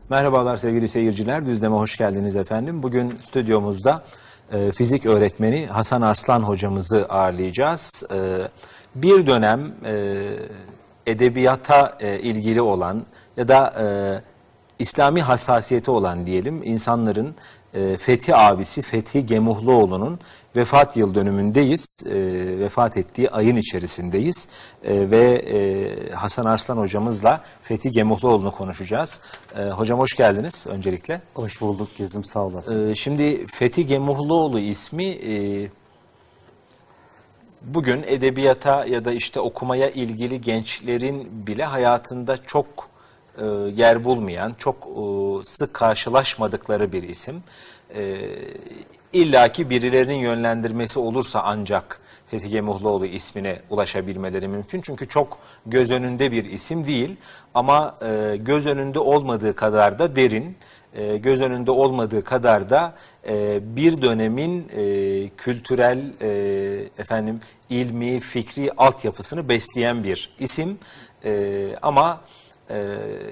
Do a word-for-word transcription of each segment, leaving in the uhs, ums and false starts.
Merhabalar sevgili seyirciler, Düzlem'e hoş geldiniz efendim. Bugün stüdyomuzda e, fizik öğretmeni Hasan Arslan hocamızı ağırlayacağız. E, bir dönem e, edebiyata e, ilgili olan ya da e, İslami hassasiyeti olan diyelim insanların e, Fethi abisi Fethi Gemuhluoğlu'nun vefat yıl dönümündeyiz. E, vefat ettiği ayın içerisindeyiz. E, ve e, Hasan Arslan hocamızla Fethi Gemuhluoğlu'nu konuşacağız. E, hocam hoş geldiniz öncelikle. Hoş bulduk gözüm, sağ olasın. E, şimdi Fethi Gemuhluoğlu ismi e, bugün edebiyata ya da işte okumaya ilgili gençlerin bile hayatında çok e, yer bulmayan, çok e, sık karşılaşmadıkları bir isim. E, İlla ki birilerinin yönlendirmesi olursa ancak Fethi Gemuhluoğlu ismine ulaşabilmeleri mümkün. Çünkü çok göz önünde bir isim değil ama e, göz önünde olmadığı kadar da derin, e, göz önünde olmadığı kadar da e, bir dönemin e, kültürel, e, efendim ilmi, fikri altyapısını besleyen bir isim. E, ama e,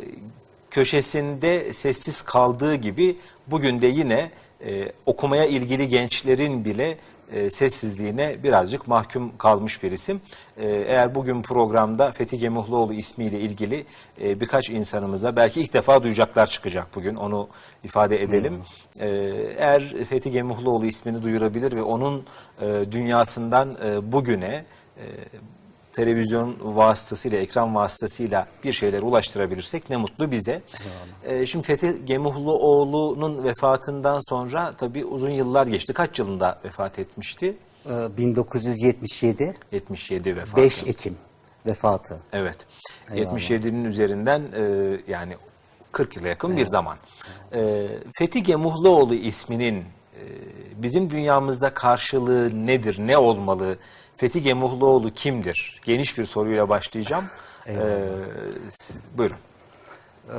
köşesinde sessiz kaldığı gibi bugün de yine Ee, okumaya ilgili gençlerin bile e, sessizliğine birazcık mahkum kalmış bir isim. Ee, eğer bugün programda Fethi Gemuhluoğlu ismiyle ilgili e, birkaç insanımıza belki ilk defa duyacaklar çıkacak bugün, onu ifade edelim. Ee, eğer Fethi Gemuhluoğlu ismini duyurabilir ve onun e, dünyasından e, bugüne e, televizyon vasıtasıyla, ekran vasıtasıyla bir şeyler ulaştırabilirsek ne mutlu bize. Ee, şimdi Fethi Gemuhluoğlu'nun vefatından sonra tabii uzun yıllar geçti. Kaç yılında vefat etmişti? Ee, bin dokuz yüz yetmiş yedi. yetmiş yedi vefatı. beş Ekim vefatı. Evet. Eyvallah. yetmiş yedinin üzerinden e, yani kırk yıla yakın evet. bir zaman. E, Fethi Gemuhluoğlu isminin e, bizim dünyamızda karşılığı nedir, ne olmalı? Fethi Gemuhluoğlu kimdir? Geniş bir soruyla başlayacağım. Ee, buyurun. Ee,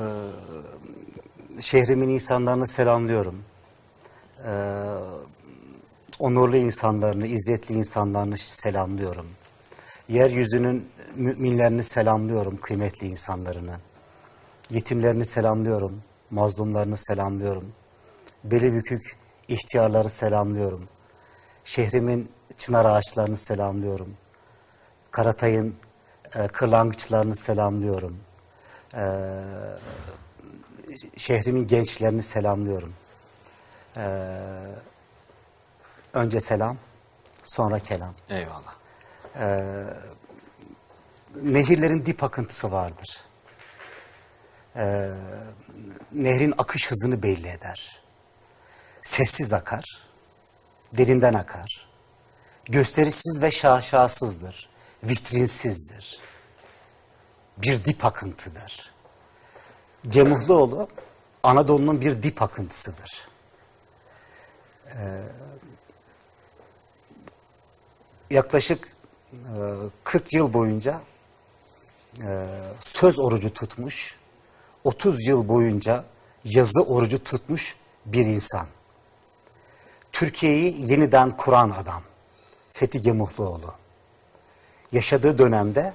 şehrimin insanlarını selamlıyorum. Ee, onurlu insanlarını, izzetli insanlarını selamlıyorum. Yeryüzünün müminlerini selamlıyorum, kıymetli insanlarını. Yetimlerini selamlıyorum, mazlumlarını selamlıyorum. Beli bükük ihtiyarları selamlıyorum. Şehrimin çınar ağaçlarını selamlıyorum. Karatay'ın e, kırlangıçlarını selamlıyorum. E, şehrimin gençlerini selamlıyorum. E, önce selam, sonra kelam. Eyvallah. E, nehirlerin dip akıntısı vardır. E, nehrin akış hızını belli eder. Sessiz akar, derinden akar. Gösterişsiz ve şaşasızdır, vitrinsizdir. Bir dip akıntıdır. Gemuhluoğlu Anadolu'nun bir dip akıntısıdır. Ee, yaklaşık e, kırk yıl boyunca e, söz orucu tutmuş, otuz yıl boyunca yazı orucu tutmuş bir insan. Türkiye'yi yeniden kuran adam. Fethi Gemuhluoğlu. Yaşadığı dönemde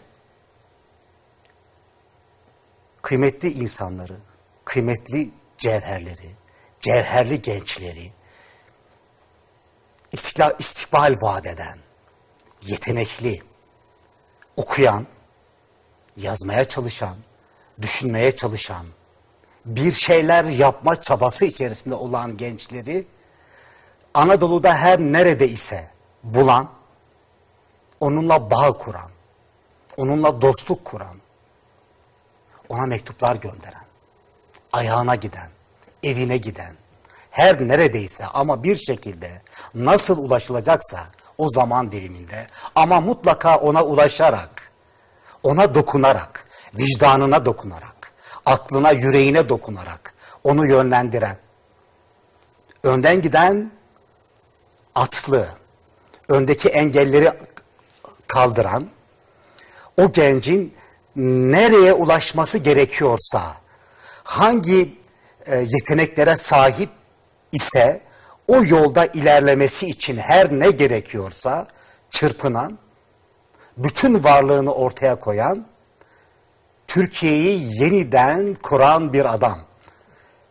kıymetli insanları, kıymetli cevherleri, cevherli gençleri, istiklal, istikbal vaat eden, yetenekli, okuyan, yazmaya çalışan, düşünmeye çalışan, bir şeyler yapma çabası içerisinde olan gençleri Anadolu'da her nerede ise bulan, onunla bağ kuran, onunla dostluk kuran, ona mektuplar gönderen, ayağına giden, evine giden, her neredeyse ama bir şekilde nasıl ulaşılacaksa o zaman diliminde ama mutlaka ona ulaşarak, ona dokunarak, vicdanına dokunarak, aklına, yüreğine dokunarak onu yönlendiren, önden giden atlı, öndeki engelleri kaldıran, o gencin nereye ulaşması gerekiyorsa, hangi e, yeteneklere sahip ise o yolda ilerlemesi için her ne gerekiyorsa çırpınan, bütün varlığını ortaya koyan, Türkiye'yi yeniden kuran bir adam.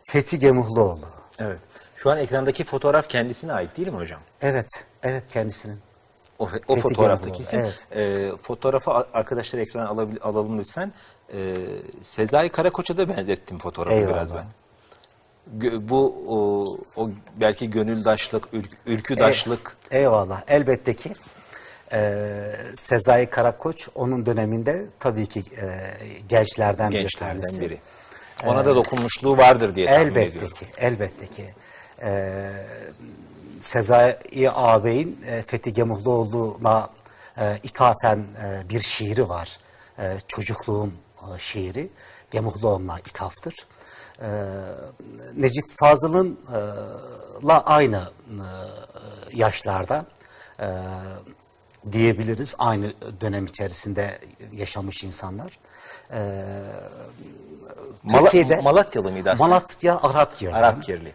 Fethi Gemuhluoğlu. Evet. Şu an ekrandaki fotoğraf kendisine ait değil mi hocam? Evet, evet kendisinin. O, o Fethi fotoğraftaki isim. Gemuhluoğlu, evet. E, fotoğrafı a- arkadaşlar ekrana alabil- alalım lütfen. E, Sezai Karakoç'a da benzettim fotoğrafı Eyvallah. biraz ben. Gö- bu o, o belki gönüldaşlık, ülk- ülküdaşlık. E, eyvallah. Elbette ki e, Sezai Karakoç onun döneminde tabii ki e, gençlerden, gençlerden bir tanesi. biri. Ona da dokunmuşluğu vardır diye tahmin Elbette ediyorum. ki, elbette ki. E, Sezai ağabeyin e, Fethi Gemuhluoğlu'na e, ithafen e, bir şiiri var. E, çocukluğum e, şiiri. Gemuhluoğlu'na ithaftır. E, Necip Fazıl'ın e, la aynı e, yaşlarda e, diyebiliriz. Aynı dönem içerisinde yaşamış insanlar. E, Mala- Türkiye'de Malatyalı mıydı aslında? Malatya Arapgir'den. Arapgirli.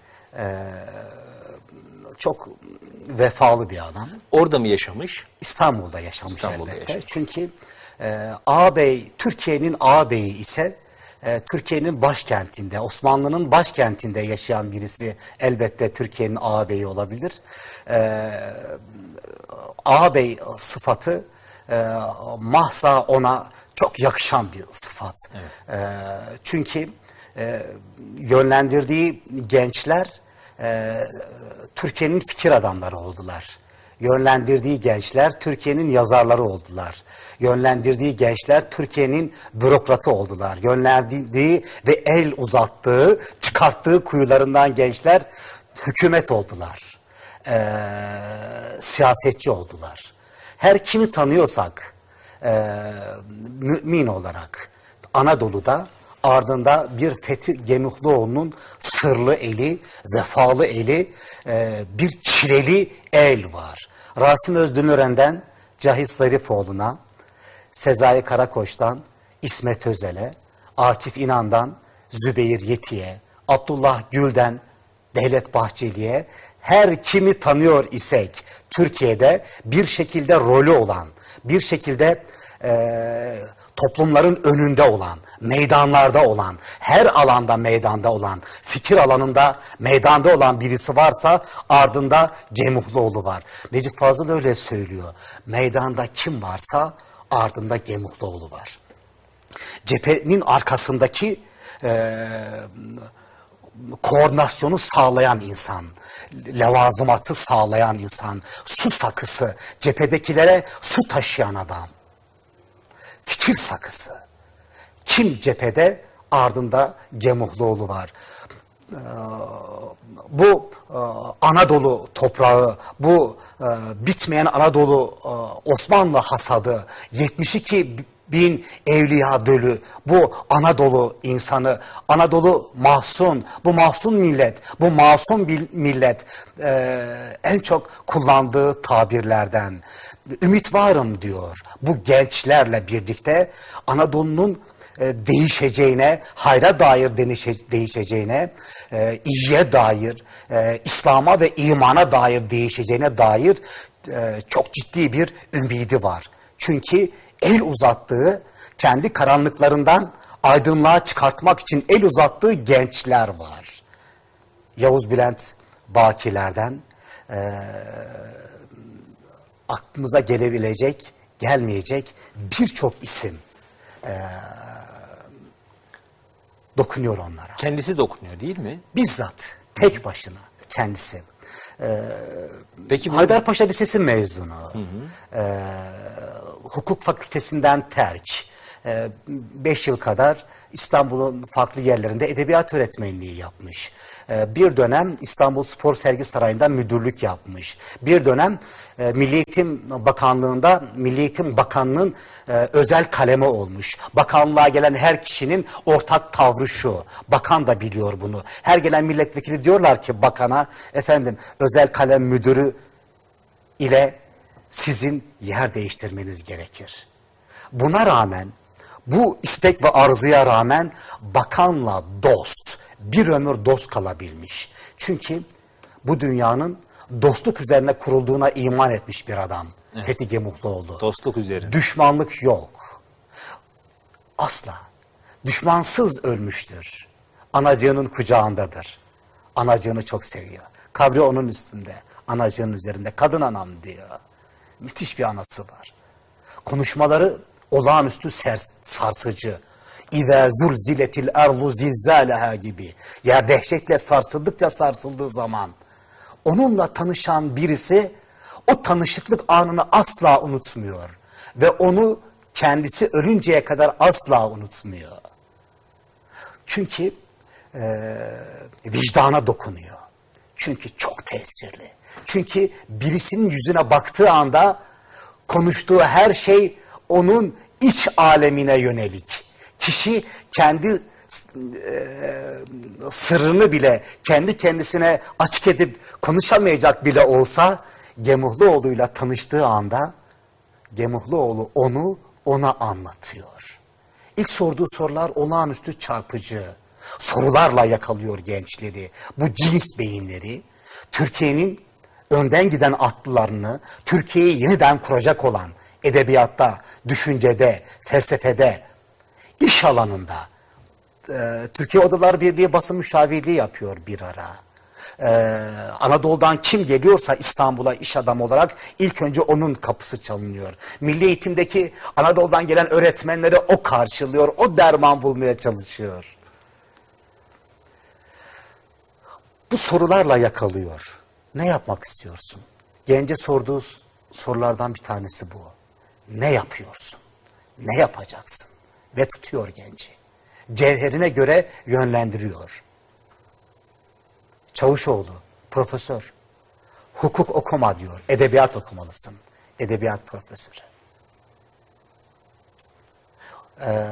Çok vefalı bir adam. Orada mı yaşamış? İstanbul'da yaşamış İstanbul'da elbette. yaşamış. Çünkü e, ağabey, Türkiye'nin ağabeyi ise e, Türkiye'nin başkentinde, Osmanlı'nın başkentinde yaşayan birisi elbette Türkiye'nin ağabeyi olabilir. E, ağabey sıfatı e, mahza ona çok yakışan bir sıfat. Evet. E, çünkü e, yönlendirdiği gençler e, Türkiye'nin fikir adamları oldular. Yönlendirdiği gençler Türkiye'nin yazarları oldular. Yönlendirdiği gençler Türkiye'nin bürokratı oldular. Yönlendirdiği ve el uzattığı, çıkarttığı kuyularından gençler hükümet oldular. Ee, siyasetçi oldular. Her kimi tanıyorsak e, mümin olarak Anadolu'da ardında bir Fethi Gemuhluoğlu'nun sırlı eli, vefalı eli, e, bir çileli el var. Rasim Özdünören'den Cahit Zarifoğlu'na, Sezai Karakoç'tan İsmet Özel'e, Akif İnan'dan Zübeyir Yeti'ye, Abdullah Gül'den Devlet Bahçeli'ye, her kimi tanıyor isek Türkiye'de bir şekilde rolü olan, bir şekilde e, toplumların önünde olan, meydanlarda olan, her alanda meydanda olan, fikir alanında meydanda olan birisi varsa ardında Gemuhluoğlu var. Necip Fazıl öyle söylüyor. Meydanda kim varsa ardında Gemuhluoğlu var. Cephenin arkasındaki e, koordinasyonu sağlayan insan, levazımatı sağlayan insan, su sakısı, cephedekilere su taşıyan adam. Fikir sakısı. Kim cephede? Ardında Gemuhluoğlu var. Ee, bu e, Anadolu toprağı, bu e, bitmeyen Anadolu e, Osmanlı hasadı, yetmiş iki bin evliya dölü, bu Anadolu insanı, Anadolu mahzun, bu mahzun millet, bu masum bil- millet e, en çok kullandığı tabirlerden. Ümit varım diyor. Bu gençlerle birlikte Anadolu'nun e, değişeceğine, hayra dair denişe, değişeceğine, e, iyiye dair, e, İslam'a ve imana dair değişeceğine dair e, çok ciddi bir ümidi var. Çünkü el uzattığı, kendi karanlıklarından aydınlığa çıkartmak için el uzattığı gençler var. Yavuz Bülent Bakiler'den e, aklımıza gelebilecek, gelmeyecek birçok isim e, dokunuyor onlara. Kendisi dokunuyor değil mi? Bizzat, tek başına kendisi. E, Peki bu Haydarpaşa Lisesi mezunu. Hı hı. E, hukuk fakültesinden terk. E, beş yıl kadar İstanbul'un farklı yerlerinde edebiyat öğretmenliği yapmış. E, bir dönem İstanbul Spor Sergi Sarayı'nda müdürlük yapmış. Bir dönem e, Milli Eğitim Bakanlığı'nda Milli Eğitim Bakanlığı'nın e, özel kalemi olmuş. Bakanlığa gelen her kişinin ortak tavrı şu. Bakan da biliyor bunu. Her gelen milletvekili diyorlar ki bakana, efendim özel kalem müdürü ile sizin yer değiştirmeniz gerekir. Buna rağmen, bu istek ve arzuya rağmen bakanla dost, bir ömür dost kalabilmiş. Çünkü bu dünyanın dostluk üzerine kurulduğuna iman etmiş bir adam. Evet. Fethi Gemuhluoğlu. Dostluk üzerine. Düşmanlık yok. Asla. Düşmansız ölmüştür. Anacığının kucağındadır. Anacığını çok seviyor. Kabri onun üstünde. Anacığının üzerinde. Kadın anam diyor. Müthiş bir anası var. Konuşmaları olağanüstü sarsıcı. İzâ zulziletil erlu zilzâleha gibi. Yer dehşetle sarsıldıkça sarsıldığı zaman onunla tanışan birisi o tanışıklık anını asla unutmuyor. Ve onu kendisi ölünceye kadar asla unutmuyor. Çünkü e, vicdana dokunuyor. Çünkü çok tesirli. Çünkü birisinin yüzüne baktığı anda konuştuğu her şey onun iç alemine yönelik. Kişi kendi e, sırrını bile kendi kendisine açık edip konuşamayacak bile olsa Gemuhluoğlu'yla tanıştığı anda Gemuhluoğlu onu ona anlatıyor. İlk sorduğu sorular olağanüstü çarpıcı. Sorularla yakalıyor gençleri. Bu cins beyinleri Türkiye'nin önden giden atlılarını, Türkiye'yi yeniden kuracak olan edebiyatta, düşüncede, felsefede, iş alanında e, Türkiye Odalar Birliği basın müşavirliği yapıyor bir ara. Ee, Anadolu'dan kim geliyorsa İstanbul'a iş adamı olarak ilk önce onun kapısı çalınıyor. Milli eğitimdeki Anadolu'dan gelen öğretmenleri o karşılıyor, o derman bulmaya çalışıyor. Bu sorularla yakalıyor. Ne yapmak istiyorsun? Gence sorduğu sorulardan bir tanesi bu. Ne yapıyorsun? Ne yapacaksın? Ve tutuyor genci. Cevherine göre yönlendiriyor. Çavuşoğlu, profesör, hukuk okuma diyor, edebiyat okumalısın. Edebiyat profesörü. Ee,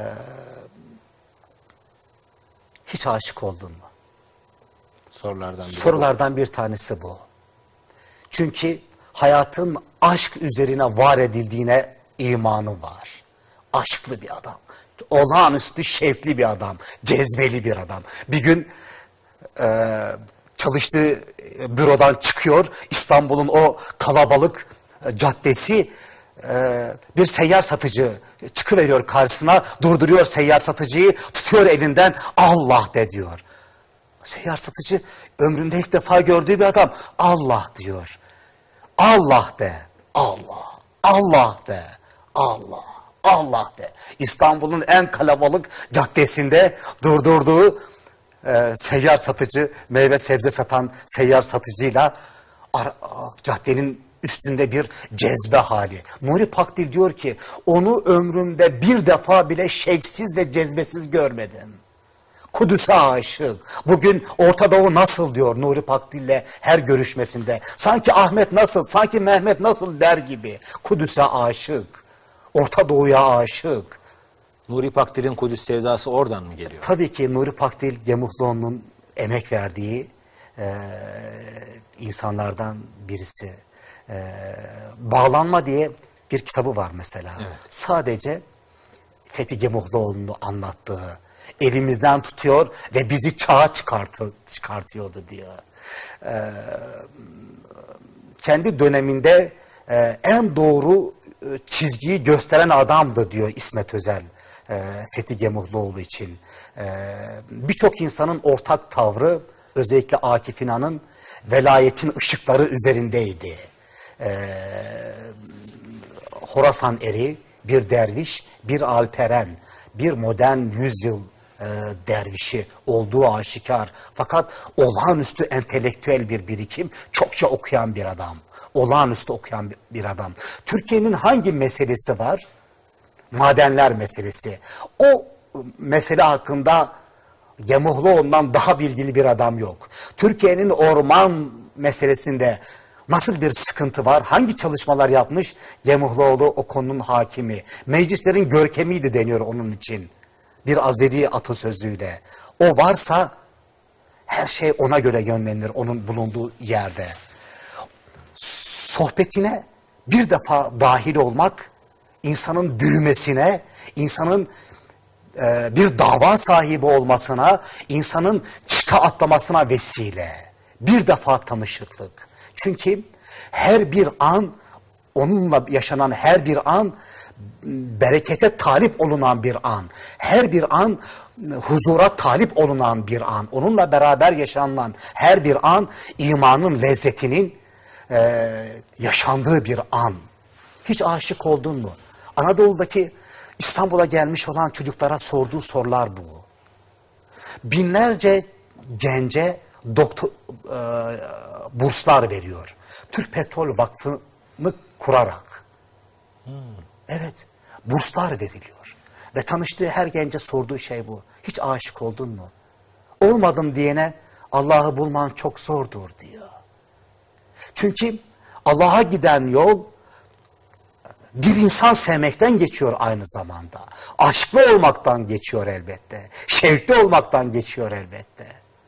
hiç aşık oldun mu? Sorulardan biri Sorulardan bir tanesi bu. Çünkü hayatın aşk üzerine var edildiğine imanı var. Aşklı bir adam. Olağanüstü şevkli bir adam. Cezbeli bir adam. Bir gün e, çalıştığı bürodan çıkıyor. İstanbul'un o kalabalık e, caddesi e, bir seyyar satıcı çıkıveriyor karşısına. Durduruyor seyyar satıcıyı. Tutuyor elinden, Allah de diyor. Seyyar satıcı ömründe ilk defa gördüğü bir adam. Allah diyor. Allah de. Allah. Allah de. Allah. Allah de. İstanbul'un en kalabalık caddesinde durdurduğu e, seyyar satıcı, meyve sebze satan seyyar satıcıyla ara, caddenin üstünde bir cezbe hali. Nuri Pakdil diyor ki onu ömrümde bir defa bile şevksiz ve cezbesiz görmedim. Kudüs'e aşık. Bugün Orta Doğu nasıl diyor Nuri Pakdil'le her görüşmesinde. Sanki Ahmet nasıl, sanki Mehmet nasıl der gibi. Kudüs'e aşık. Orta Doğu'ya aşık. Nuri Pakdil'in Kudüs sevdası oradan mı geliyor? Tabii ki Nuri Pakdil, Gemuhluoğlu'nun emek verdiği e, insanlardan birisi. E, Bağlanma diye bir kitabı var mesela. Evet. Sadece Fethi Gemuhluoğlu'nu anlattığı, elimizden tutuyor ve bizi çağa çıkartır, çıkartıyordu diyor. Ee, kendi döneminde e, en doğru e, çizgiyi gösteren adamdı diyor İsmet Özel e, Fethi Gemuhluoğlu için. E, Birçok insanın ortak tavrı özellikle Akif İnan'ın velayetin ışıkları üzerindeydi. E, Horasan eri, bir derviş, bir alperen, bir modern yüzyıl e, dervişi olduğu aşikar. Fakat olağanüstü entelektüel bir birikim, çokça okuyan bir adam. Olağanüstü okuyan bir adam. Türkiye'nin hangi meselesi var? Madenler meselesi. O mesele hakkında Gemuhluoğlu'ndan daha bilgili bir adam yok. Türkiye'nin orman meselesinde nasıl bir sıkıntı var? Hangi çalışmalar yapmış? Gemuhluoğlu o konunun hakimi. Meclislerin görkemiydi deniyor onun için. Bir Azeri atasözüyle. O varsa her şey ona göre yönlenir onun bulunduğu yerde. Sohbetine bir defa dahil olmak insanın büyümesine, insanın e, bir dava sahibi olmasına, insanın çıta atlamasına vesile. Bir defa tanışıklık. Çünkü her bir an, onunla yaşanan her bir an berekete talip olunan bir an. Her bir an huzura talip olunan bir an. Onunla beraber yaşanılan her bir an imanın lezzetinin e, yaşandığı bir an. Hiç aşık oldun mu? Anadolu'daki İstanbul'a gelmiş olan çocuklara sorduğu sorular bu. Binlerce gence doktor, e, burslar veriyor. Türk Petrol Vakfı'nı kurarak. Hmm. Evet, burslar veriliyor. Ve tanıştığı her gence sorduğu şey bu. Hiç aşık oldun mu? Olmadım diyene Allah'ı bulman çok zordur diyor. Çünkü Allah'a giden yol bir insan sevmekten geçiyor aynı zamanda. Aşklı olmaktan geçiyor elbette. Şevkli olmaktan geçiyor elbette.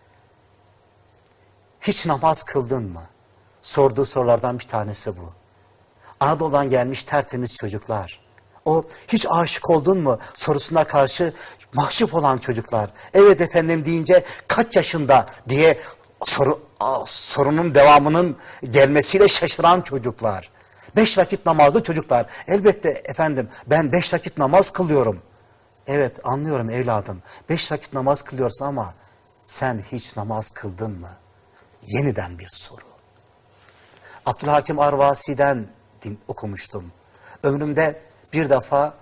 Hiç namaz kıldın mı? Sorduğu sorulardan bir tanesi bu. Anadolu'dan gelmiş tertemiz çocuklar. O hiç aşık oldun mu sorusuna karşı mahcup olan çocuklar. Evet efendim deyince kaç yaşında diye soru, sorunun devamının gelmesiyle şaşıran çocuklar. Beş vakit namazlı çocuklar. Elbette efendim ben beş vakit namaz kılıyorum. Evet anlıyorum evladım. Beş vakit namaz kılıyorsun ama sen hiç namaz kıldın mı? Yeniden bir soru. Abdülhakim Arvasi'den okumuştum. Ömrümde bir defa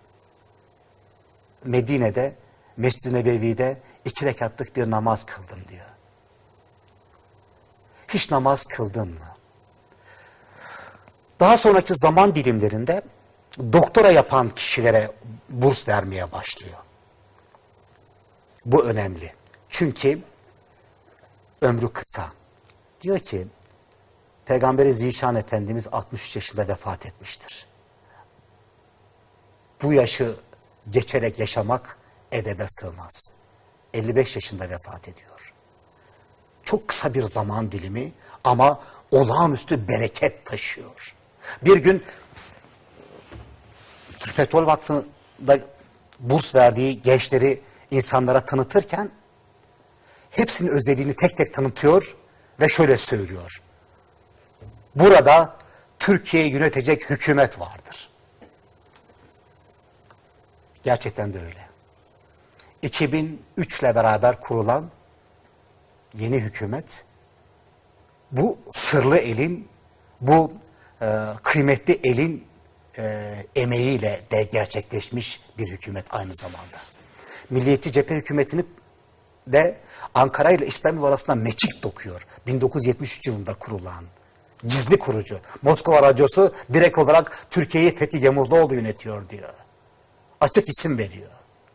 Medine'de, Mescid-i Nebevi'de iki rekatlık bir namaz kıldım diyor. Hiç namaz kıldın mı? Daha sonraki zaman dilimlerinde doktora yapan kişilere burs vermeye başlıyor. Bu önemli. Çünkü ömrü kısa. Diyor ki Peygamberi Zişan Efendimiz altmış üç yaşında vefat etmiştir. Bu yaşı geçerek yaşamak edebe sığmaz. elli beş yaşında vefat ediyor. Çok kısa bir zaman dilimi ama olağanüstü bereket taşıyor. Bir gün Türk Petrol Vakfı'nda burs verdiği gençleri insanlara tanıtırken hepsinin özelliğini tek tek tanıtıyor ve şöyle söylüyor. Burada Türkiye'yi yönetecek hükümet vardır. Gerçekten de öyle. iki bin üç ile beraber kurulan yeni hükümet bu sırlı elin, bu e, kıymetli elin e, emeğiyle de gerçekleşmiş bir hükümet aynı zamanda. Milliyetçi Cephe Hükümeti'ni de Ankara ile İstanbul arasında mekik dokuyor. bin dokuz yüz yetmiş üç yılında kurulan gizli kurucu. Moskova Radyosu direkt olarak Türkiye'yi Fethi Gemuhluoğlu yönetiyor diyor. Açık isim veriyor.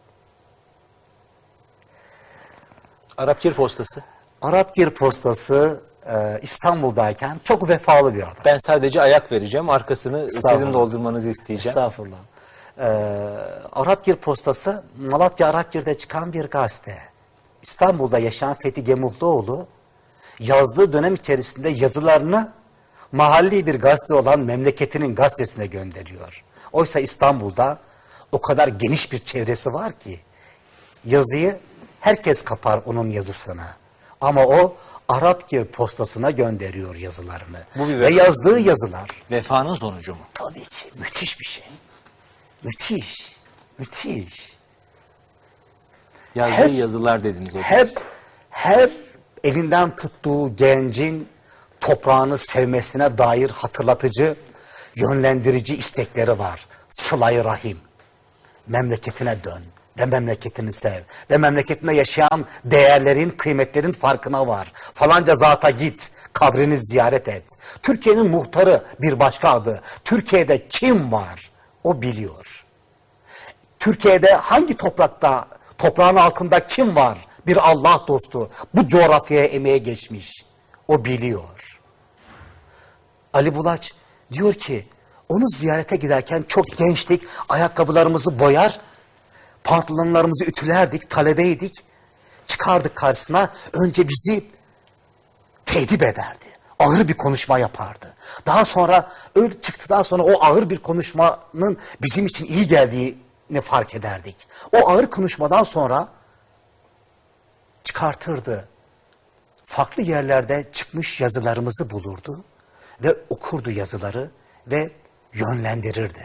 Arapgir postası. Arapgir postası e, İstanbul'dayken çok vefalı bir adam. Ben sadece ayak vereceğim. Arkasını sizin doldurmanızı isteyeceğim. Estağfurullah. Ee, Arapgir postası Malatya Arapgir'de çıkan bir gazete. İstanbul'da yaşayan Fethi Gemuhluoğlu yazdığı dönem içerisinde yazılarını mahalli bir gazete olan memleketinin gazetesine gönderiyor. Oysa İstanbul'da o kadar geniş bir çevresi var ki yazıyı herkes kapar onun yazısını. Ama o Arapgir postasına gönderiyor yazılarını. Bu bir ve yazdığı yazılar. Vefanın sonucu mu? Tabii ki. Müthiş bir şey. Müthiş. Müthiş. Yazdığı her, yazılar dediniz hocam. Her, her elinden tuttuğu gencin toprağını sevmesine dair hatırlatıcı, yönlendirici istekleri var. Sıla-i Rahim. Memleketine dön ve memleketini sev. Ve memleketinde yaşayan değerlerin, kıymetlerin farkına var. Falanca zata git, kabrini ziyaret et. Türkiye'nin muhtarı bir başka adı. Türkiye'de kim var? O biliyor. Türkiye'de hangi toprakta, toprağın altında kim var? Bir Allah dostu. Bu coğrafyaya emeğe geçmiş. O biliyor. Ali Bulaç diyor ki, onu ziyarete giderken çok gençtik, ayakkabılarımızı boyar, pantolonlarımızı ütülerdik, talebeydik. Çıkardık karşısına, önce bizi tehdit ederdi. Ağır bir konuşma yapardı. Daha sonra, öyle çıktıktan sonra o ağır bir konuşmanın bizim için iyi geldiğini fark ederdik. O ağır konuşmadan sonra çıkartırdı. Farklı yerlerde çıkmış yazılarımızı bulurdu ve okurdu yazıları ve yönlendirirdi.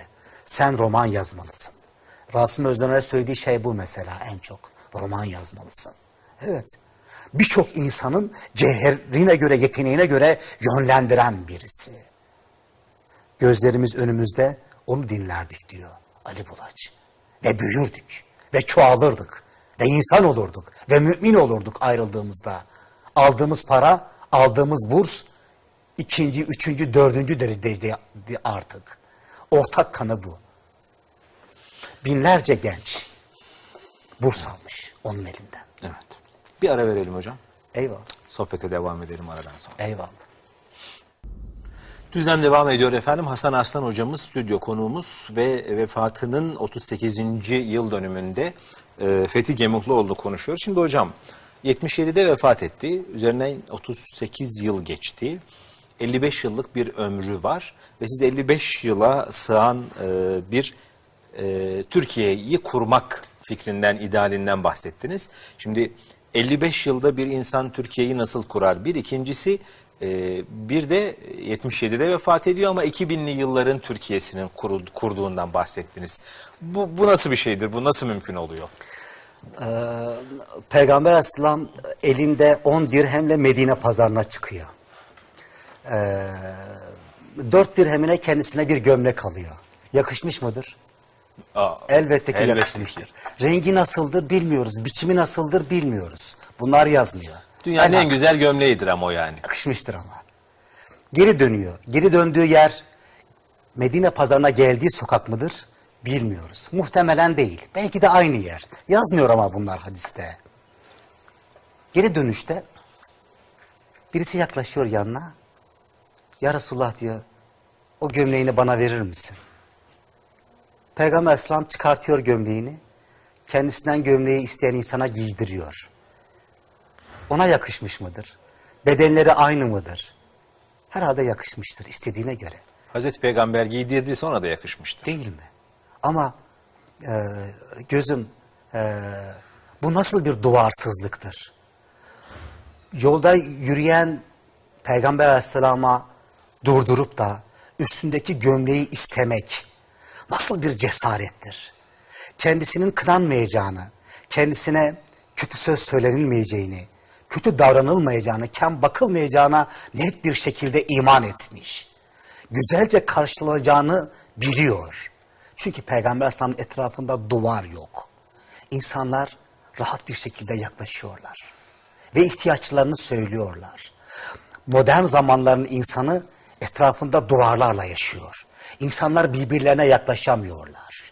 Sen roman yazmalısın. Rasim Özdener'e söylediği şey bu mesela en çok. Roman yazmalısın. Evet. Birçok insanın cevherine göre, yeteneğine göre yönlendiren birisi. Gözlerimiz önümüzde onu dinlerdik diyor Ali Bulaç. Ve büyürdük. Ve çoğalırdık. Ve insan olurduk. Ve mümin olurduk ayrıldığımızda. Aldığımız para, aldığımız burs ikinci, üçüncü, dördüncü derecede artık. Ortak kanı bu. Binlerce genç burs almış onun elinden. Evet. Bir ara verelim hocam. Eyvallah. Sohbete devam edelim aradan sonra. Eyvallah. Düzlem devam ediyor efendim. Hasan Arslan hocamız stüdyo konuğumuz ve vefatının otuz sekizinci yıl dönümünde e, Fethi Gemuhluoğlu konuşuyoruz. Şimdi hocam yetmiş yedide vefat etti. Üzerinden otuz sekiz yıl geçti. elli beş yıllık bir ömrü var ve siz elli beş yıla sığan e, bir e, Türkiye'yi kurmak fikrinden, idealinden bahsettiniz. Şimdi elli beş yılda bir insan Türkiye'yi nasıl kurar? Bir, ikincisi e, bir de yetmiş yedide vefat ediyor ama iki binli yılların Türkiye'sinin kurduğundan bahsettiniz. Bu, bu nasıl bir şeydir? Bu nasıl mümkün oluyor? Ee, Peygamber Aleyhisselam elinde on dirhemle Medine pazarına çıkıyor. Ee, dört dirhemine kendisine bir gömlek alıyor. Yakışmış mıdır? Aa, elbette ki elbette yakışmıştır. ki. Rengi nasıldır bilmiyoruz. Biçimi nasıldır bilmiyoruz. Bunlar yazmıyor. Dünyanın Yani en güzel gömleğidir ama o yani. yakışmıştır ama. Geri dönüyor. Geri döndüğü yer Medine pazarına geldiği sokak mıdır? Bilmiyoruz. Muhtemelen değil. Belki de aynı yer. Yazmıyor ama bunlar hadiste. Geri dönüşte birisi yaklaşıyor yanına. Ya Resulullah diyor, o gömleğini bana verir misin? Peygamber Aleyhisselam çıkartıyor gömleğini. Kendisinden gömleği isteyen insana giydiriyor. Ona yakışmış mıdır? Bedenleri aynı mıdır? Herhalde yakışmıştır istediğine göre. Hazreti Peygamber giydirdi sonra da yakışmıştır. Değil mi? Ama e, gözüm e, bu nasıl bir duvarsızlıktır? Yolda yürüyen Peygamber Aleyhisselam'a durdurup da üstündeki gömleği istemek nasıl bir cesarettir? Kendisinin kınanmayacağını, kendisine kötü söz söylenilmeyeceğini, kötü davranılmayacağını, kem bakılmayacağına net bir şekilde iman etmiş. Güzelce karşılanacağını biliyor. Çünkü Peygamber Aleyhisselam'ın etrafında duvar yok. İnsanlar rahat bir şekilde yaklaşıyorlar. Ve ihtiyaçlarını söylüyorlar. Modern zamanların insanı etrafında duvarlarla yaşıyor. İnsanlar birbirlerine yaklaşamıyorlar.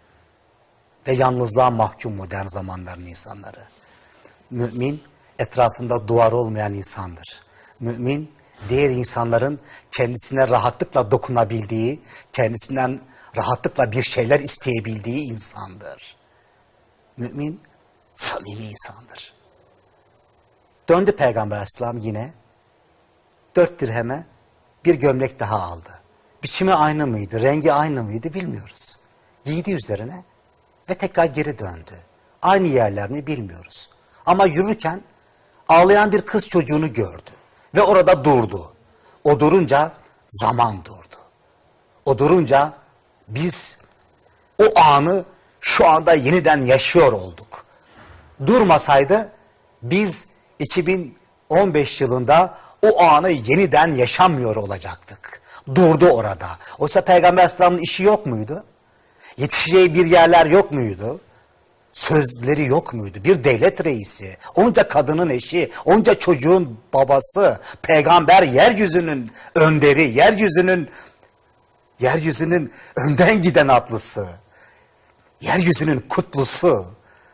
Ve yalnızlığa mahkum modern zamanların insanları. Mümin etrafında duvar olmayan insandır. Mümin diğer insanların kendisine rahatlıkla dokunabildiği, kendisinden rahatlıkla bir şeyler isteyebildiği insandır. Mümin samimi insandır. Döndü Peygamber Aleyhisselam yine dört dirheme bir gömlek daha aldı. Biçimi aynı mıydı, rengi aynı mıydı bilmiyoruz. Giydi üzerine ve tekrar geri döndü. Aynı yerler mi bilmiyoruz. Ama yürürken ağlayan bir kız çocuğunu gördü ve orada durdu. O durunca zaman durdu. O durunca biz o anı şu anda yeniden yaşıyor olduk. Durmasaydı biz iki bin on beş yılında o anı yeniden yaşamıyor olacaktık. Durdu orada. Oysa Peygamber Aleyhisselam'ın işi yok muydu? Yetişeceği bir yerler yok muydu? Sözleri yok muydu? Bir devlet reisi, onca kadının eşi, onca çocuğun babası, peygamber yeryüzünün önderi, yeryüzünün yeryüzünün önden giden atlısı, yeryüzünün kutlusu.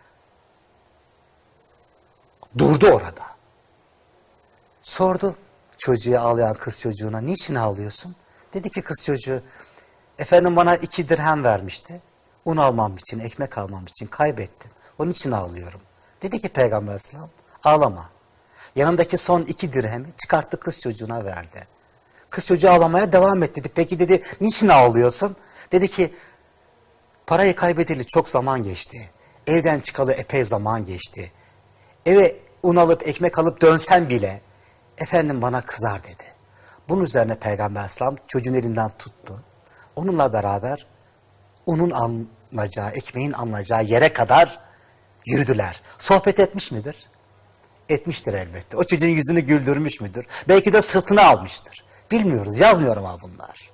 Durdu orada. Sordu çocuğa, ağlayan kız çocuğuna, niçin ağlıyorsun? Dedi ki kız çocuğu, efendim bana iki dirhem vermişti. Un almam için, ekmek almam için kaybettim. Onun için ağlıyorum. Dedi ki Peygamber Aleyhisselam, ağlama. Yanındaki son iki dirhemi çıkarttı kız çocuğuna verdi. Kız çocuğu ağlamaya devam etti. Dedi, peki dedi, niçin ağlıyorsun? Dedi ki, parayı kaybedeli çok zaman geçti. Evden çıkalı epey zaman geçti. Eve un alıp ekmek alıp dönsem bile, efendim bana kızar dedi. Bunun üzerine Peygamber Aleyhisselam çocuğun elinden tuttu. Onunla beraber unun alınacağı, ekmeğin alınacağı yere kadar yürüdüler. Sohbet etmiş midir? Etmiştir elbette. O çocuğun yüzünü güldürmüş müdür? Belki de sırtını almıştır. Bilmiyoruz, yazmıyor ama bunlar.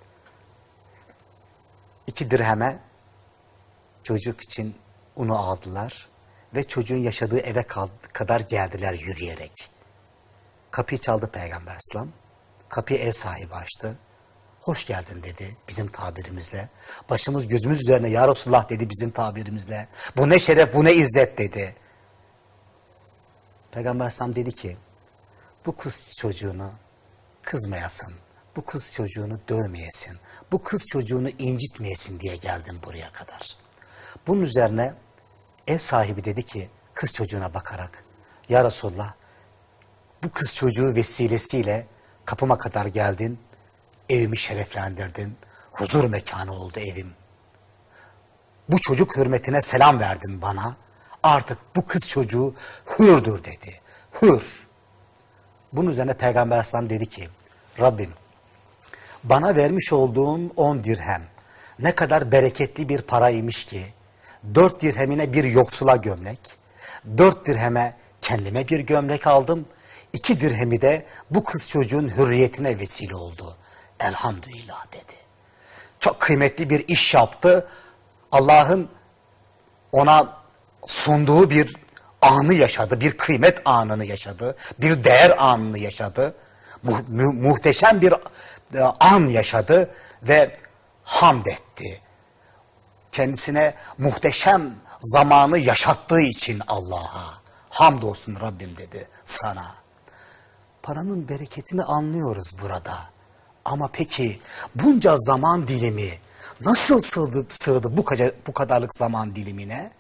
İki dirheme çocuk için unu aldılar ve çocuğun yaşadığı eve kadar geldiler yürüyerek. Kapıyı çaldı Peygamber Aleyhisselam. Kapıyı ev sahibi açtı. Hoş geldin dedi bizim tabirimizle. Başımız gözümüz üzerine ya Resulullah dedi bizim tabirimizle. Bu ne şeref, bu ne izzet dedi. Peygamber Aleyhisselam dedi ki, bu kız çocuğunu kızmayasın, bu kız çocuğunu dövmeyesin, bu kız çocuğunu incitmeyesin diye geldim buraya kadar. Bunun üzerine ev sahibi dedi ki, kız çocuğuna bakarak, ya Resulullah, bu kız çocuğu vesilesiyle kapıma kadar geldin, evimi şereflendirdin, huzur mekanı oldu evim. Bu çocuk hürmetine selam verdin bana, artık bu kız çocuğu hürdür dedi, hür. Bunun üzerine Peygamber Aleyhisselam dedi ki, Rabbim, bana vermiş olduğun on dirhem ne kadar bereketli bir paraymış ki, dört dirhemine bir yoksula gömlek, dört dirheme kendime bir gömlek aldım, iki dirhemi de bu kız çocuğun hürriyetine vesile oldu. Elhamdülillah dedi. Çok kıymetli bir iş yaptı. Allah'ın ona sunduğu bir anı yaşadı, bir kıymet anını yaşadı, bir değer anını yaşadı. Mu mu muhteşem bir e, an yaşadı ve hamd etti. Kendisine muhteşem zamanı yaşattığı için Allah'a hamdolsun Rabbim dedi sana. Paranın bereketini anlıyoruz burada. Ama peki bunca zaman dilimi nasıl sığdı, sığdı bu, kadar, bu kadarlık zaman dilimine?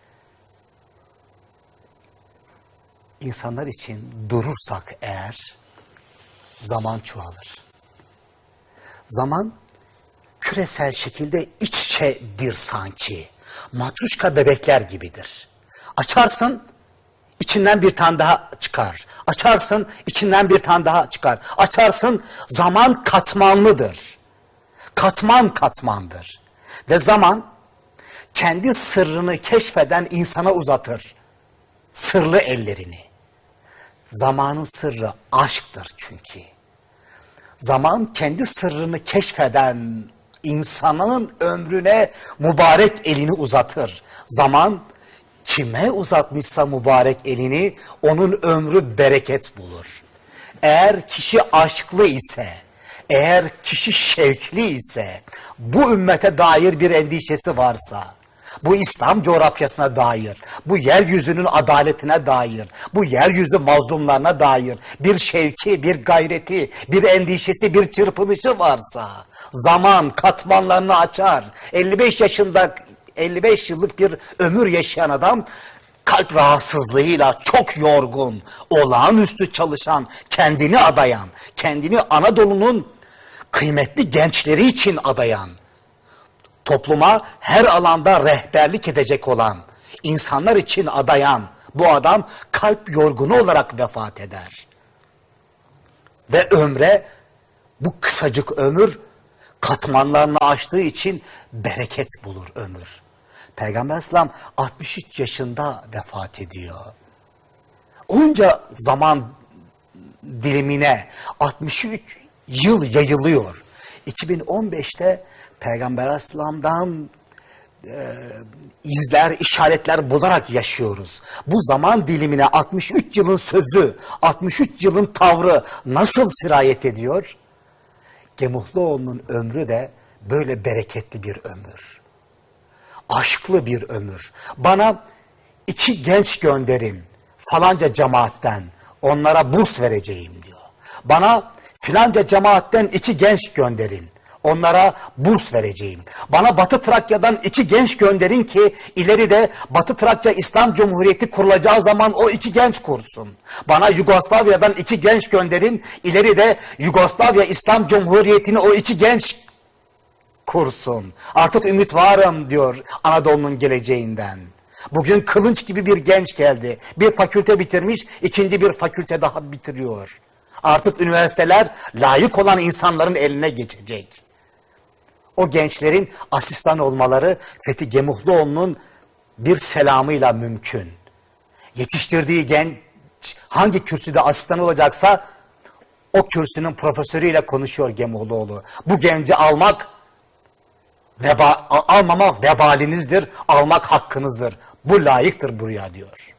İnsanlar için durursak eğer zaman çoğalır. Zaman küresel şekilde iç içe bir sanki. Matruşka bebekler gibidir. Açarsın, içinden bir tane daha çıkar. Açarsın, içinden bir tane daha çıkar. Açarsın, zaman katmanlıdır. Katman katmandır. Ve zaman kendi sırrını keşfeden insana uzatır. Sırlı ellerini. Zamanın sırrı aşktır çünkü. Zaman kendi sırrını keşfeden insanın ömrüne mübarek elini uzatır. Zaman kime uzatmışsa mübarek elini onun ömrü bereket bulur. Eğer kişi aşklı ise, eğer kişi şevkli ise, bu ümmete dair bir endişesi varsa, bu İslam coğrafyasına dair, bu yeryüzünün adaletine dair, bu yeryüzü mazlumlarına dair bir şevki, bir gayreti, bir endişesi, bir çırpınışı varsa, zaman katmanlarını açar. elli beş yaşında, elli beş yıllık bir ömür yaşayan adam, kalp rahatsızlığıyla çok yorgun, olağanüstü çalışan, kendini adayan, kendini Anadolu'nun kıymetli gençleri için adayan, topluma her alanda rehberlik edecek olan, insanlar için adayan bu adam kalp yorgunu olarak vefat eder. Ve ömre, bu kısacık ömür katmanlarını aştığı için bereket bulur ömür. Peygamber Aleyhisselam altmış üç yaşında vefat ediyor. Onca zaman dilimine altmış üç yıl yayılıyor. iki bin on beşte Peygamber Aleyhisselam'dan e, izler, işaretler bularak yaşıyoruz. Bu zaman dilimine altmış üç yılın sözü, altmış üç yılın tavrı nasıl sirayet ediyor? Gemuhluoğlu'nun ömrü de böyle bereketli bir ömür. Aşklı bir ömür. Bana iki genç gönderin falanca cemaatten, onlara burs vereceğim diyor. Bana filanca cemaatten iki genç gönderin, onlara burs vereceğim. Bana Batı Trakya'dan iki genç gönderin ki ileride Batı Trakya İslam Cumhuriyeti kurulacağı zaman o iki genç kursun. Bana Yugoslavya'dan iki genç gönderin, ileride Yugoslavya İslam Cumhuriyeti'ni o iki genç kursun. Artık ümit varım diyor Anadolu'nun geleceğinden. Bugün Kılınç gibi bir genç geldi. Bir fakülte bitirmiş, ikinci bir fakülte daha bitiriyor. Artık üniversiteler layık olan insanların eline geçecek. O gençlerin asistan olmaları Fethi Gemuhluoğlu'nun bir selamıyla mümkün. Yetiştirdiği genç hangi kürsüde asistan olacaksa o kürsünün profesörüyle konuşuyor Gemuhluoğlu. Bu genci almak, veba, almamak vebalinizdir, almak hakkınızdır. Bu layıktır buraya diyor.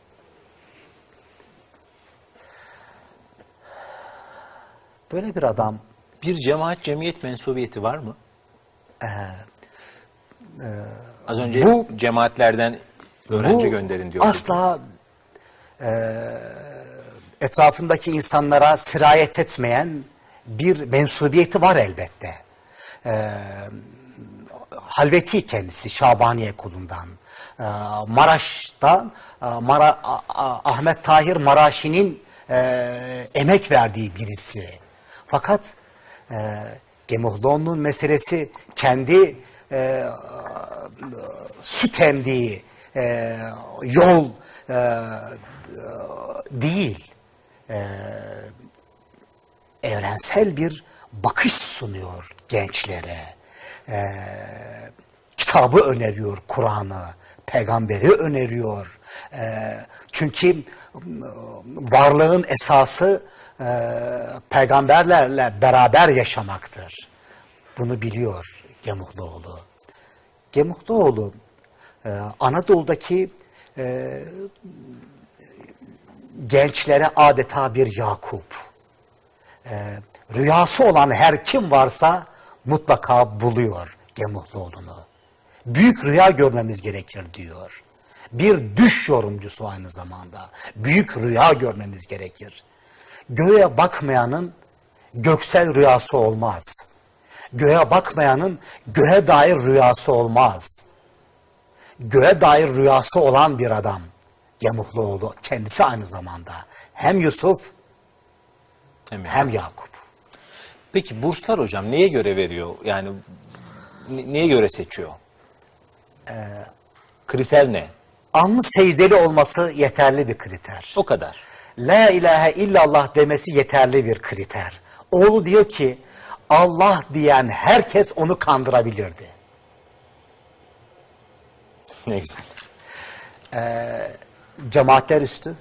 Böyle bir adam. Bir cemaat cemiyet mensubiyeti var mı? Ee, e, Az önce bu, cemaatlerden öğrenci bu gönderin diyor. Asla e, etrafındaki insanlara sirayet etmeyen bir mensubiyeti var elbette. E, Halveti kendisi Şabaniye kulundan. E, Maraş'ta e, Mara, a, a, Ahmet Tahir Maraşi'nin e, emek verdiği birisi. Fakat e, Gemuhluoğlu'nun meselesi kendi e, süt emdiği e, yol e, değil. E, evrensel bir bakış sunuyor gençlere. E, kitabı öneriyor, Kur'an'ı, peygamberi öneriyor. E, çünkü varlığın esası e, peygamberlerle beraber yaşamaktır. Bunu biliyor Gemuhluoğlu. Gemuhluoğlu e, Anadolu'daki e, gençlere adeta bir Yakup. E, rüyası olan her kim varsa mutlaka buluyor Gemuhluoğlu'nu. Büyük rüya görmemiz gerekir diyor. Bir düş yorumcusu aynı zamanda. Büyük rüya görmemiz gerekir. Göğe bakmayanın göksel rüyası olmaz. Göğe bakmayanın göğe dair rüyası olmaz. Göğe dair rüyası olan bir adam Gemuhluoğlu kendisi aynı zamanda. Hem Yusuf hem, hem Yakup. Peki burslar hocam neye göre veriyor? Yani neye göre seçiyor? Ee, Kriter ne? Alnı secdeli olması yeterli bir kriter. O kadar. La ilahe illallah demesi yeterli bir kriter. Oğlu diyor ki Allah diyen herkes onu kandırabilirdi. Ne güzel. Ee, cemaatler üstü,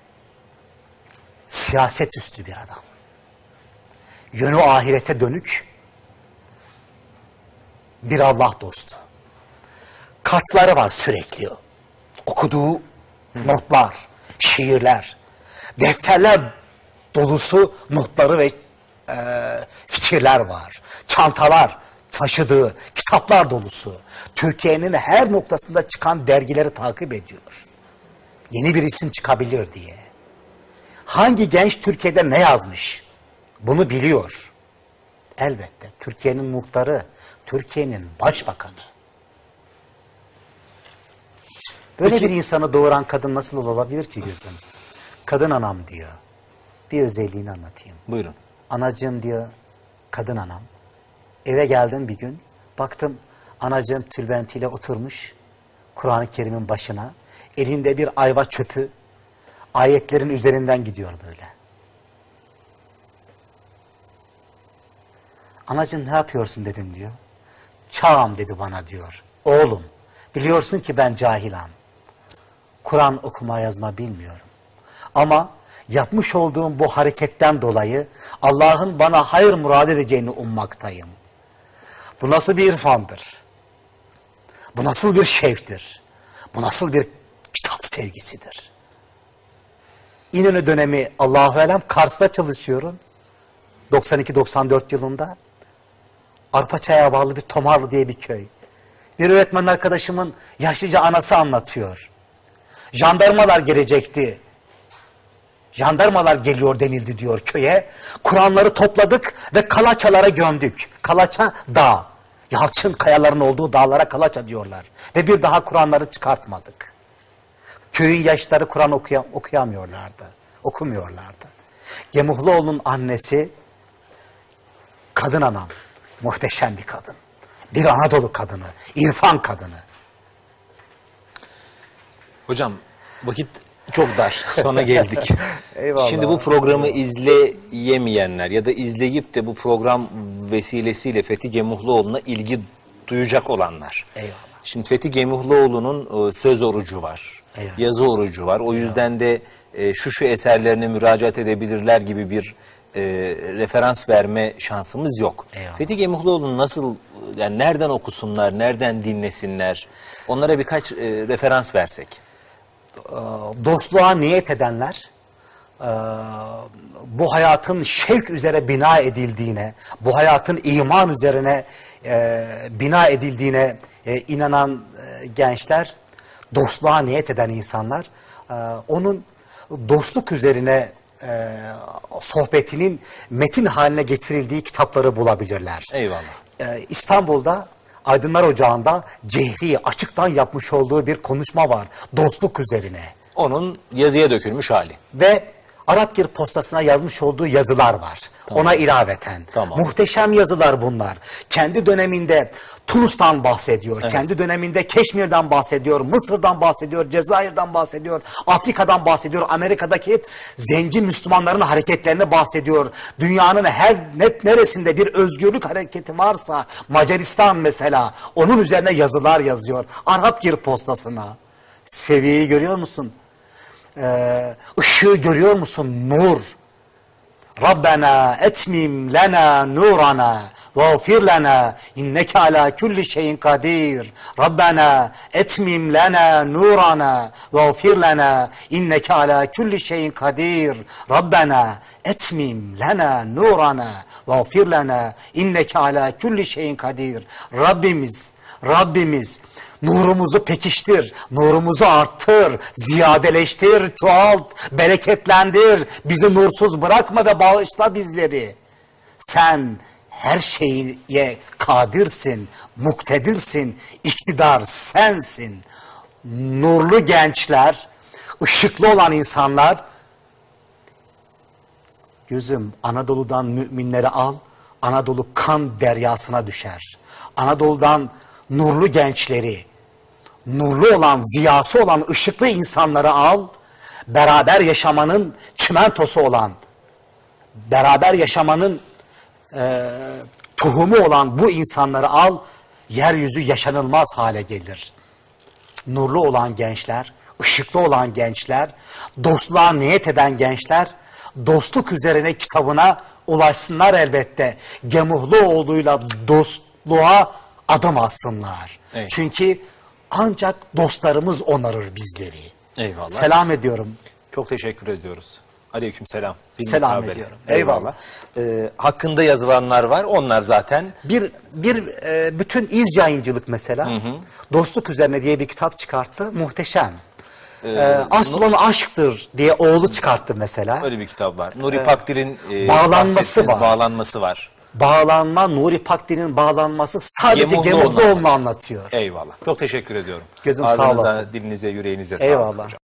siyaset üstü bir adam. Yönü ahirete dönük bir Allah dostu. Kartları var sürekli. Okuduğu notlar, şiirler, defterler dolusu notları ve e, fikirler var. Çantalar taşıdığı, kitaplar dolusu. Türkiye'nin her noktasında çıkan dergileri takip ediyor. Yeni bir isim çıkabilir diye. Hangi genç Türkiye'de ne yazmış? Bunu biliyor. Elbette Türkiye'nin muhtarı, Türkiye'nin başbakanı. Böyle Peki, bir insanı doğuran kadın nasıl olabilir ki gözüm? Kadın anam diyor. Bir özelliğini anlatayım. Buyurun. Anacığım diyor, kadın anam. Eve geldim bir gün, baktım anacığım tülbentiyle oturmuş Kur'an-ı Kerim'in başına. Elinde bir ayva çöpü, ayetlerin üzerinden gidiyor böyle. Anacığım ne yapıyorsun dedim diyor. Çağım dedi bana diyor. Oğlum biliyorsun ki ben cahilam. Kur'an okuma yazma bilmiyorum. Ama yapmış olduğum bu hareketten dolayı Allah'ın bana hayır murad edeceğini ummaktayım. Bu nasıl bir irfandır? Bu nasıl bir şevktir? Bu nasıl bir kitap sevgisidir? İnönü dönemi Allahu alem Kars'ta çalışıyorum. doksan iki doksan dört yılında. Arpaçay'a bağlı bir Tomarlı diye bir köy. Bir öğretmen arkadaşımın yaşlıca anası anlatıyor. Jandarmalar gelecekti. Jandarmalar geliyor denildi diyor köye. Kur'anları topladık ve Kalaçalara gömdük. Kalaça dağ. Yalçın kayaların olduğu dağlara Kalaça diyorlar. Ve bir daha Kur'anları çıkartmadık. Köyün yaşları Kur'an okuyam okuyamıyorlardı. Okumuyorlardı. Gemuhluoğlu'nun annesi kadın anam. Muhteşem bir kadın. Bir Anadolu kadını. İrfan kadını. Hocam vakit çok dar. Sona geldik. Eyvallah. Şimdi bu programı izleyemeyenler ya da izleyip de bu program vesilesiyle Fethi Gemuhluoğlu'na ilgi duyacak olanlar. Eyvallah. Şimdi Fethi Gemuhluoğlu'nun e, söz orucu var, Eyvallah. yazı orucu var. O yüzden de e, şu şu eserlerine müracaat edebilirler gibi bir e, referans verme şansımız yok. Eyvallah. Fethi Gemuhluoğlu'nu nasıl, yani nereden okusunlar, nereden dinlesinler? Onlara birkaç e, referans versek. Dostluğa niyet edenler, e, bu hayatın şevk üzere bina edildiğine, bu hayatın iman üzerine e, bina edildiğine e, inanan e, gençler, dostluğa niyet eden insanlar, e, onun dostluk üzerine e, sohbetinin metin haline getirildiği kitapları bulabilirler. Eyvallah. E, İstanbul'da Aydınlar Ocağı'nda cehri açıktan yapmış olduğu bir konuşma var dostluk üzerine. Onun yazıya dökülmüş hali. Ve Arapgir postasına yazmış olduğu yazılar var. Tamam. Ona ilaveten. Tamam. Muhteşem yazılar bunlar. Kendi döneminde Tunus'tan bahsediyor. Evet. Kendi döneminde Keşmir'den bahsediyor. Mısır'dan bahsediyor. Cezayir'den bahsediyor. Afrika'dan bahsediyor. Amerika'daki zenci Müslümanların hareketlerini bahsediyor. Dünyanın her net neresinde bir özgürlük hareketi varsa, Macaristan mesela, onun üzerine yazılar yazıyor. Arapgir postasına. Seviyeyi görüyor musun? Ee, ışığı görüyor musun? Nur. Rabbena etmim lena nurana veğfir lena inneke ala kulli şeyin kadir. Rabbena etmim lena nurana veğfir lena inneke ala kulli şeyin kadir. Rabbena etmim lena nurana veğfir lena inneke ala kulli şeyin kadir. Rabbimiz, Rabbimiz nurumuzu pekiştir, nurumuzu arttır, ziyadeleştir, çoğalt, bereketlendir. Bizi nursuz bırakma ve bağışla bizleri. Sen her şeye kadirsin, muktedirsin, iktidar sensin. Nurlu gençler, ışıklı olan insanlar, gözüm Anadolu'dan müminleri al, Anadolu kan deryasına düşer. Anadolu'dan nurlu gençleri, nurlu olan, ziyası olan, ışıklı insanları al, beraber yaşamanın çimentosu olan, beraber yaşamanın e, tohumu olan bu insanları al, yeryüzü yaşanılmaz hale gelir. Nurlu olan gençler, ışıklı olan gençler, dostluğa niyet eden gençler, dostluk üzerine kitabına ulaşsınlar elbette. Gemuhluoğlu'yla dostluğa adım atsınlar. Evet. Çünkü ancak dostlarımız onarır bizleri. Eyvallah. Selam ediyorum. Çok teşekkür ediyoruz. Aleykümselam. Selam Bilmukabele. ediyorum. Eyvallah. Ee, hakkında yazılanlar var. Onlar zaten Bir bir e, bütün iz yayıncılık mesela dostluk üzerine diye bir kitap çıkarttı. Muhteşem. Ee, asıl olan aşktır diye oğlu çıkarttı mesela. öyle bir kitap var. Nuri Pakdil'in e, bağlanması bahsettiğiniz var. bağlanması var. Bağlanma, Nuri Pakdil'in bağlanması sadece Gemuhluoğlu'nu Gemuhluoğlu'nu anlatıyor. Eyvallah. Çok teşekkür ediyorum. Gözüm sağ Ağzınıza, olasın. dilinize, yüreğinize sağlık. Eyvallah. hocam.